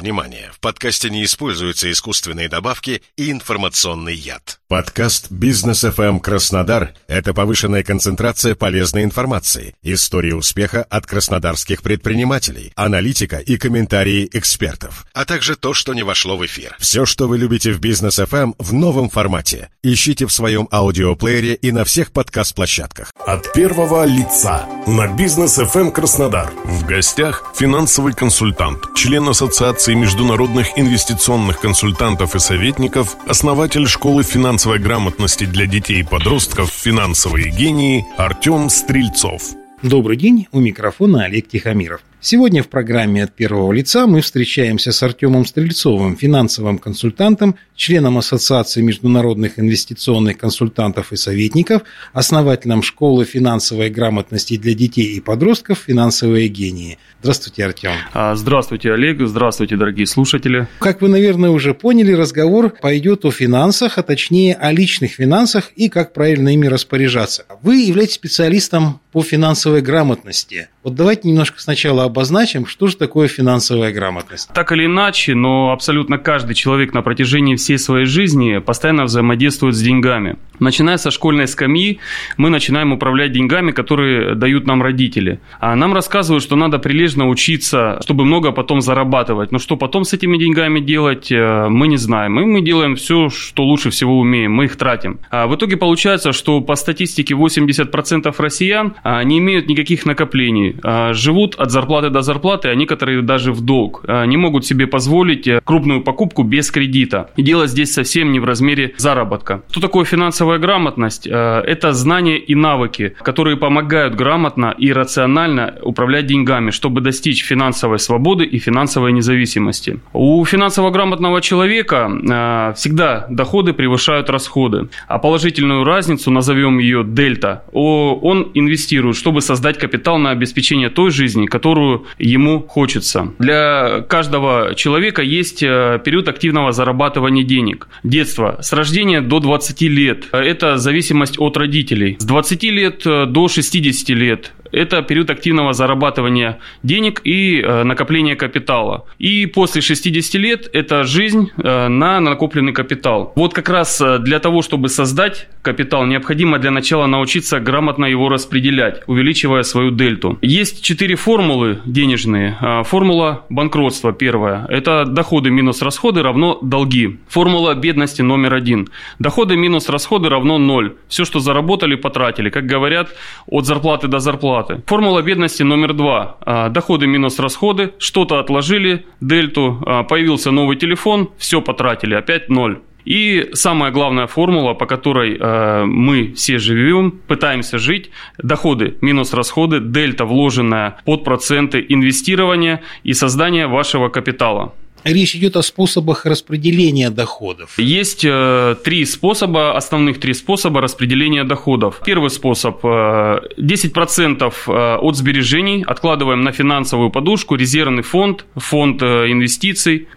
Внимание! В подкасте не используются искусственные добавки и информационный яд. Подкаст «Бизнес FM Краснодар» — это повышенная концентрация полезной информации, истории успеха от краснодарских предпринимателей, аналитика и комментарии экспертов, а также то, что не вошло в эфир. Все, что вы любите в «Бизнес FM» в новом формате. Ищите в своем аудиоплеере и на всех подкаст-площадках. От первого лица на «Бизнес FM Краснодар». В гостях финансовый консультант, член Ассоциации международных инвестиционных консультантов и советников, основатель школы финансовой грамотности для детей и подростков «Финансовые гении» Артем Стрельцов. Добрый день, у микрофона Олег Тихомиров. Сегодня в программе «От первого лица» мы встречаемся с Артемом Стрельцовым, финансовым консультантом, членом Ассоциации международных инвестиционных консультантов и советников, основателем школы финансовой грамотности для детей и подростков «Финансовые гении». Здравствуйте, Артем. Здравствуйте, Олег. Здравствуйте, дорогие слушатели. Как вы, наверное, уже поняли, разговор пойдет о финансах, а точнее о личных финансах и как правильно ими распоряжаться. Вы являетесь специалистом по финансовой грамотности. Вот давайте немножко сначала обозначим, что же такое финансовая грамотность. Так или иначе, но абсолютно каждый человек на протяжении всей своей жизни постоянно взаимодействует с деньгами. Начиная со школьной скамьи, мы начинаем управлять деньгами, которые дают нам родители. А нам рассказывают, что надо прилежно учиться, чтобы много потом зарабатывать. Но что потом с этими деньгами делать, мы не знаем. И мы делаем все, что лучше всего умеем, мы их тратим. А в итоге получается, что по статистике 80% россиян не имеют никаких накоплений. Живут от зарплаты до зарплаты, а некоторые даже в долг. Не могут себе позволить крупную покупку без кредита. И дело здесь совсем не в размере заработка. Что такое финансовая грамотность? Это знания и навыки, которые помогают грамотно и рационально управлять деньгами, чтобы достичь финансовой свободы и финансовой независимости. У финансово грамотного человека всегда доходы превышают расходы, а положительную разницу, назовем ее дельта, он инвестирует, чтобы создать капитал на обеспечение той жизни, которую ему хочется. Для каждого человека есть период активного зарабатывания денег. Детство. С рождения до 20 лет. Это зависимость от родителей. С 20 лет до 60 лет. Это период активного зарабатывания денег и накопления капитала. И после 60 лет это жизнь на накопленный капитал. Вот как раз для того, чтобы создать капитал, необходимо для начала научиться грамотно его распределять, увеличивая свою дельту. Есть 4 формулы денежные. Формула банкротства первая. Это доходы минус расходы равно долги. Формула бедности номер 1. Доходы минус расходы равно 0. Все, что заработали, потратили. Как говорят, от зарплаты до зарплаты. Формула бедности номер 2. Доходы минус расходы. Что-то отложили, дельту. Появился новый телефон, все потратили. Опять 0. И самая главная формула, по которой мы все живем, пытаемся жить: доходы минус расходы, дельта, вложенная под проценты инвестирования и создания вашего капитала. Речь идет о способах распределения доходов. Есть 3 способа, основных 3 способа распределения доходов. Первый способ: 10% от сбережений откладываем на финансовую подушку, резервный фонд, фонд инвестиций.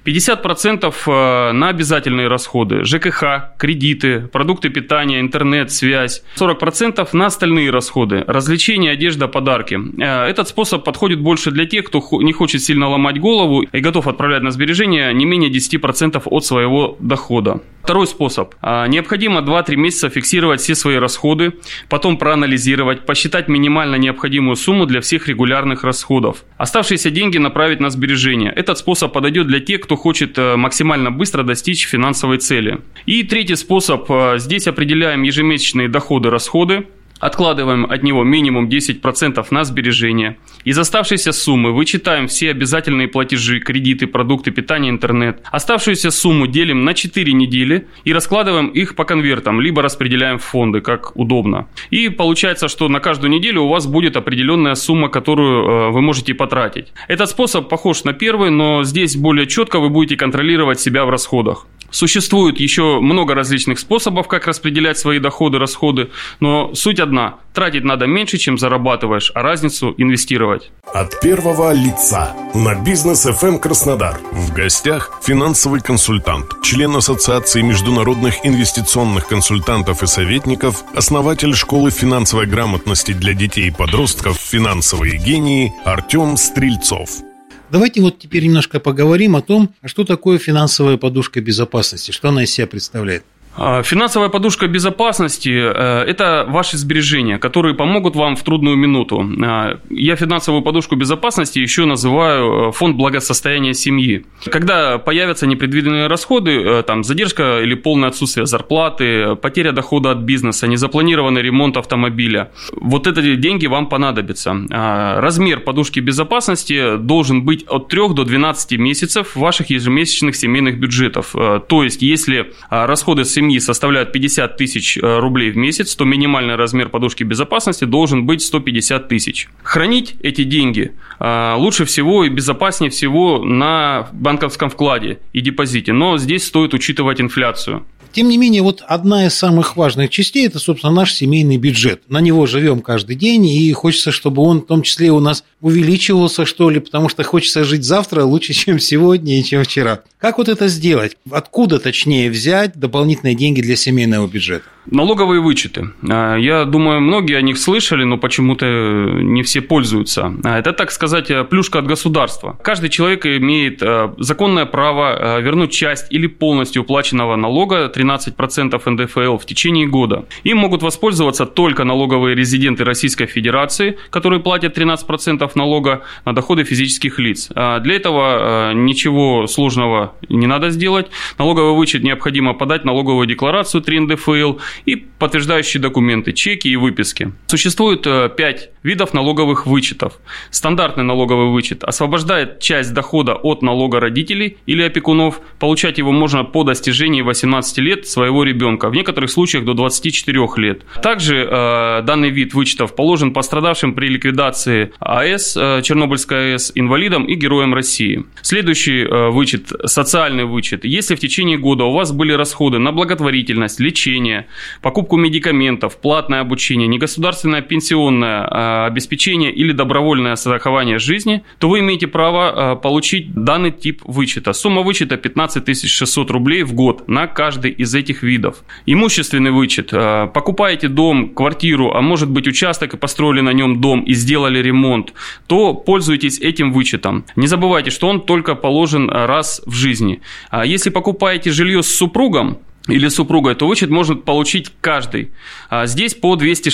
50% на обязательные расходы: ЖКХ, кредиты, продукты питания, интернет, связь. 40% на остальные расходы: развлечения, одежда, подарки. Этот способ подходит больше для тех, кто не хочет сильно ломать голову и готов отправлять на сбережения не менее 10% от своего дохода. Второй способ. Необходимо 2-3 месяца фиксировать все свои расходы, потом проанализировать, посчитать минимально необходимую сумму для всех регулярных расходов. Оставшиеся деньги направить на сбережения. Этот способ подойдет для тех, кто хочет максимально быстро достичь финансовой цели. И третий способ. Здесь определяем ежемесячные доходы-расходы. Откладываем от него минимум 10% на сбережения. Из оставшейся суммы вычитаем все обязательные платежи, кредиты, продукты питания, интернет. Оставшуюся сумму делим на 4 недели и раскладываем их по конвертам, либо распределяем в фонды, как удобно. И получается, что на каждую неделю у вас будет определенная сумма, которую вы можете потратить. Этот способ похож на первый, но здесь более четко вы будете контролировать себя в расходах. Существует еще много различных способов, как распределять свои доходы, расходы, но суть одна: тратить надо меньше, чем зарабатываешь, а разницу инвестировать. От первого лица на «Бизнес FM Краснодар». В гостях финансовый консультант, член Ассоциации международных инвестиционных консультантов и советников, основатель школы финансовой грамотности для детей и подростков «Финансовые гении» Артем Стрельцов. Давайте вот теперь немножко поговорим о том, что такое финансовая подушка безопасности, что она из себя представляет. Финансовая подушка безопасности – это ваши сбережения, которые помогут вам в трудную минуту. Я финансовую подушку безопасности еще называю фонд благосостояния семьи. Когда появятся непредвиденные расходы, там задержка или полное отсутствие зарплаты, потеря дохода от бизнеса, незапланированный ремонт автомобиля, вот эти деньги вам понадобятся. Размер подушки безопасности должен быть от 3 до 12 месяцев ваших ежемесячных семейных бюджетов. То есть, если расходы семьи составляют 50 тысяч рублей в месяц, то минимальный размер подушки безопасности должен быть 150 тысяч. Хранить эти деньги лучше всего и безопаснее всего на банковском вкладе и депозите, но здесь стоит учитывать инфляцию. Тем не менее, вот одна из самых важных частей – это, собственно, наш семейный бюджет. На него живем каждый день, и хочется, чтобы он в том числе у нас увеличивался, что ли, потому что хочется жить завтра лучше, чем сегодня и чем вчера. Как вот это сделать? Откуда, точнее, взять дополнительные деньги для семейного бюджета? Налоговые вычеты. Я думаю, многие о них слышали, но почему-то не все пользуются. Это, так сказать, плюшка от государства. Каждый человек имеет законное право вернуть часть или полностью уплаченного налога 13% НДФЛ в течение года. Им могут воспользоваться только налоговые резиденты Российской Федерации, которые платят 13% налога на доходы физических лиц. Для этого ничего сложного не надо сделать. Налоговый вычет необходимо подать налоговую декларацию 3 НДФЛ и подтверждающие документы, чеки и выписки. Существует 5 видов налоговых вычетов. Стандартный налоговый вычет освобождает часть дохода от налога родителей или опекунов. Получать его можно по достижении 18 лет своего ребенка, в некоторых случаях до 24 лет. Также данный вид вычетов положен пострадавшим при ликвидации АЭС, Чернобыльской АЭС, инвалидам и героям России. Следующий вычет – социальный вычет. Если в течение года у вас были расходы на благотворительность, лечение, покупку медикаментов, платное обучение, негосударственное пенсионное обеспечение или добровольное страхование жизни, то вы имеете право получить данный тип вычета. Сумма вычета 15 600 рублей в год на каждый из этих видов. Имущественный вычет. Покупаете дом, квартиру, а может быть участок и построили на нем дом и сделали ремонт, то пользуйтесь этим вычетом. Не забывайте, что он только положен раз в жизни. Если покупаете жилье с супругом или супругой, то вычет может получить каждый. Здесь по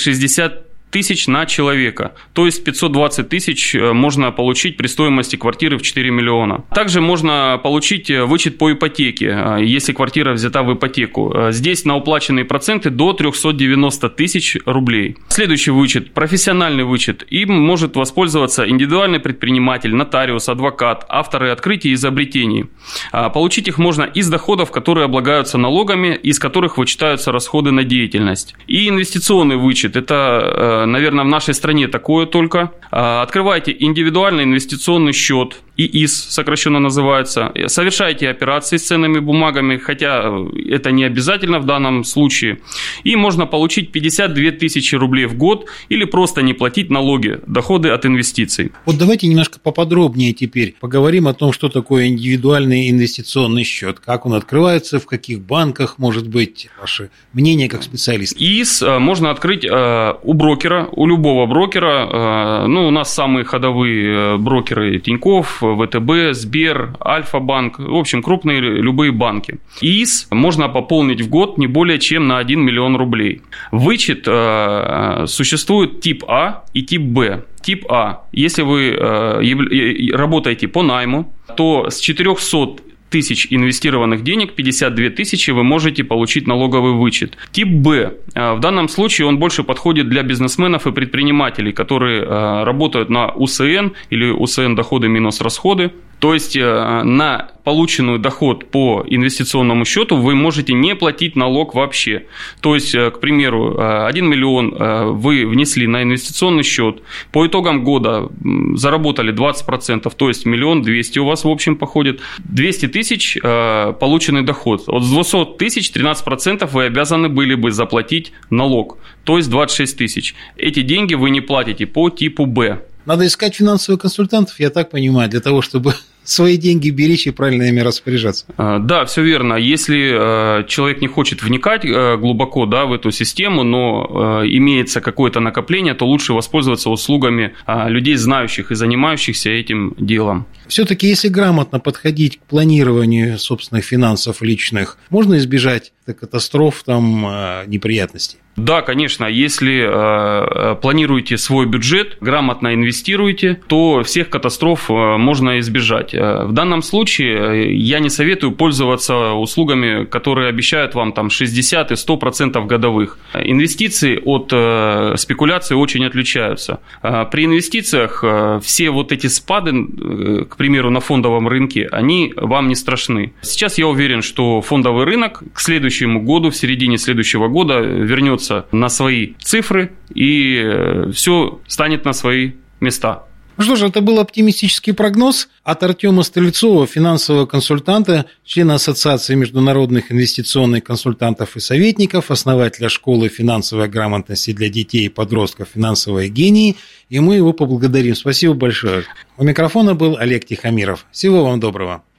260 тысяч на человека, то есть 520 тысяч можно получить при стоимости квартиры в 4 миллиона. Также можно получить вычет по ипотеке, если квартира взята в ипотеку. Здесь на уплаченные проценты до 390 тысяч рублей. Следующий вычет – профессиональный вычет. Им может воспользоваться индивидуальный предприниматель, нотариус, адвокат, авторы открытий и изобретений. Получить их можно из доходов, которые облагаются налогами, из которых вычитаются расходы на деятельность. И инвестиционный вычет – это наверное, в нашей стране такое только. Открывайте индивидуальный инвестиционный счет, ИИС сокращенно называется. Совершайте операции с ценными бумагами, хотя это не обязательно в данном случае. И можно получить 52 тысячи рублей в год или просто не платить налоги, доходы от инвестиций. Вот давайте немножко поподробнее теперь поговорим о том, что такое индивидуальный инвестиционный счет, как он открывается, в каких банках, может быть, ваше мнение как специалиста. ИИС можно открыть у брокера, у любого брокера. У нас самые ходовые брокеры Тинькофф, ВТБ, Сбер, Альфа-банк, в общем, крупные любые банки. ИИС можно пополнить в год не более чем на 1 миллион рублей. Вычет существует тип А и тип Б. Тип А, если вы работаете по найму, то с 400 тысяч инвестированных денег, 52 тысячи вы можете получить налоговый вычет. Тип Б. В данном случае он больше подходит для бизнесменов и предпринимателей, которые работают на УСН или УСН доходы минус расходы. То есть на полученный доход по инвестиционному счету вы можете не платить налог вообще. То есть, к примеру, 1 миллион вы внесли на инвестиционный счет, по итогам года заработали 20%, то есть 1 200 000 у вас в общем походит, 200 тысяч полученный доход. От 200 тысяч 13% вы обязаны были бы заплатить налог, то есть 26 тысяч. Эти деньги вы не платите по типу Б. Надо искать финансовых консультантов, я так понимаю, для того, чтобы свои деньги беречь и правильно ими распоряжаться. Да, все верно. Если человек не хочет вникать глубоко, да, в эту систему, но имеется какое-то накопление, то лучше воспользоваться услугами людей, знающих и занимающихся этим делом. Все-таки, если грамотно подходить к планированию собственных финансов личных, можно избежать катастроф, неприятностей. Да, конечно, если планируете свой бюджет, грамотно инвестируете, то всех катастроф можно избежать. В данном случае я не советую пользоваться услугами, которые обещают вам 60 и 100% годовых. Инвестиции от спекуляции очень отличаются. При инвестициях все вот эти спады, к примеру, на фондовом рынке, они вам не страшны. Сейчас я уверен, что фондовый рынок к следующему году, в середине следующего года вернется на свои цифры, и все станет на свои места. Ну что ж, это был оптимистический прогноз от Артема Стрельцова, финансового консультанта, члена Ассоциации международных инвестиционных консультантов и советников, основателя школы финансовой грамотности для детей и подростков «Финансовые гении», и мы его поблагодарим. Спасибо большое. У микрофона был Олег Тихомиров. Всего вам доброго.